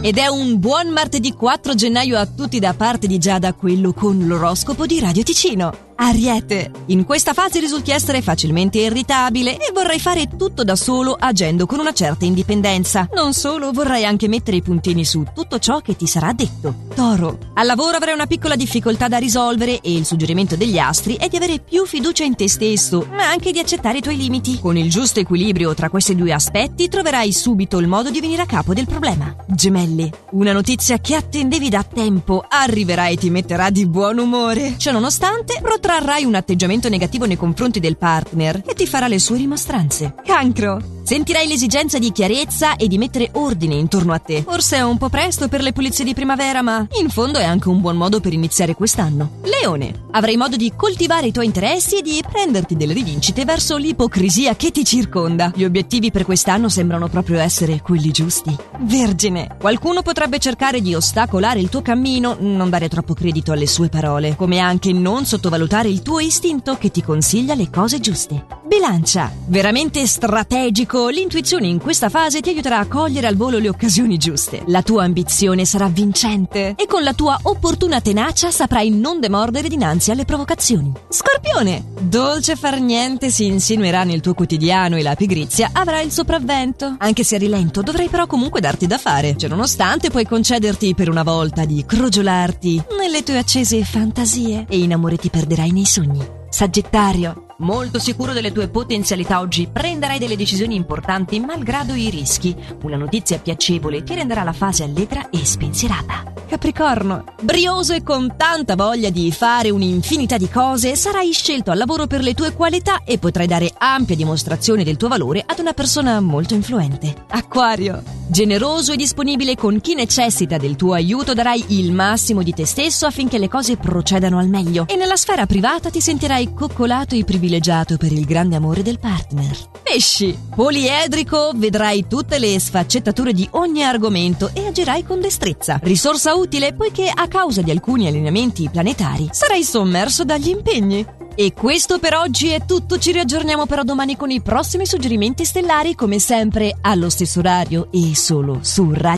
Ed è un buon martedì 4 gennaio a tutti da parte di Giada, quello con l'oroscopo di Radio Ticino. Ariete, in questa fase risulti essere facilmente irritabile e vorrai fare tutto da solo agendo con una certa indipendenza. Non solo, vorrai anche mettere i puntini su tutto ciò che ti sarà detto. Toro, al lavoro avrai una piccola difficoltà da risolvere e il suggerimento degli astri è di avere più fiducia in te stesso, ma anche di accettare i tuoi limiti. Con il giusto equilibrio tra questi due aspetti troverai subito il modo di venire a capo del problema. Gemelli, una notizia che attendevi da tempo arriverà e ti metterà di buon umore. Ciononostante, trarrai un atteggiamento negativo nei confronti del partner e ti farà le sue rimostranze. Cancro, sentirai l'esigenza di chiarezza e di mettere ordine intorno a te. Forse è un po' presto per le pulizie di primavera, ma in fondo è anche un buon modo per iniziare quest'anno. Leone, avrai modo di coltivare i tuoi interessi e di prenderti delle rivincite verso l'ipocrisia che ti circonda. Gli obiettivi per quest'anno sembrano proprio essere quelli giusti. Vergine, qualcuno potrebbe cercare di ostacolare il tuo cammino, non dare troppo credito alle sue parole, come anche non sottovalutare il tuo istinto che ti consiglia le cose giuste. Bilancia, veramente strategico, l'intuizione in questa fase ti aiuterà a cogliere al volo le occasioni giuste. La tua ambizione sarà vincente e con la tua opportuna tenacia saprai non demordere dinanzi alle provocazioni. Scorpione, dolce far niente si insinuerà nel tuo quotidiano e la pigrizia avrà il sopravvento. Anche se a rilento dovrai però comunque darti da fare. Ciononostante puoi concederti per una volta di crogiolarti nelle tue accese fantasie e in amore ti perderai nei sogni. Sagittario, molto sicuro delle tue potenzialità oggi, prenderai delle decisioni importanti malgrado i rischi. Una notizia piacevole ti renderà la fase allegra e spensierata. Capricorno, brioso e con tanta voglia di fare un'infinità di cose, sarai scelto al lavoro per le tue qualità e potrai dare ampia dimostrazione del tuo valore ad una persona molto influente. Acquario, generoso e disponibile con chi necessita del tuo aiuto, darai il massimo di te stesso affinché le cose procedano al meglio e nella sfera privata ti sentirai coccolato e privilegiato per il grande amore del partner. Pesci, poliedrico, vedrai tutte le sfaccettature di ogni argomento e agirai con destrezza. Risorsa utile poiché a causa di alcuni allineamenti planetari sarai sommerso dagli impegni. E questo per oggi è tutto, ci riaggiorniamo però domani con i prossimi suggerimenti stellari come sempre allo stesso orario e solo su Radio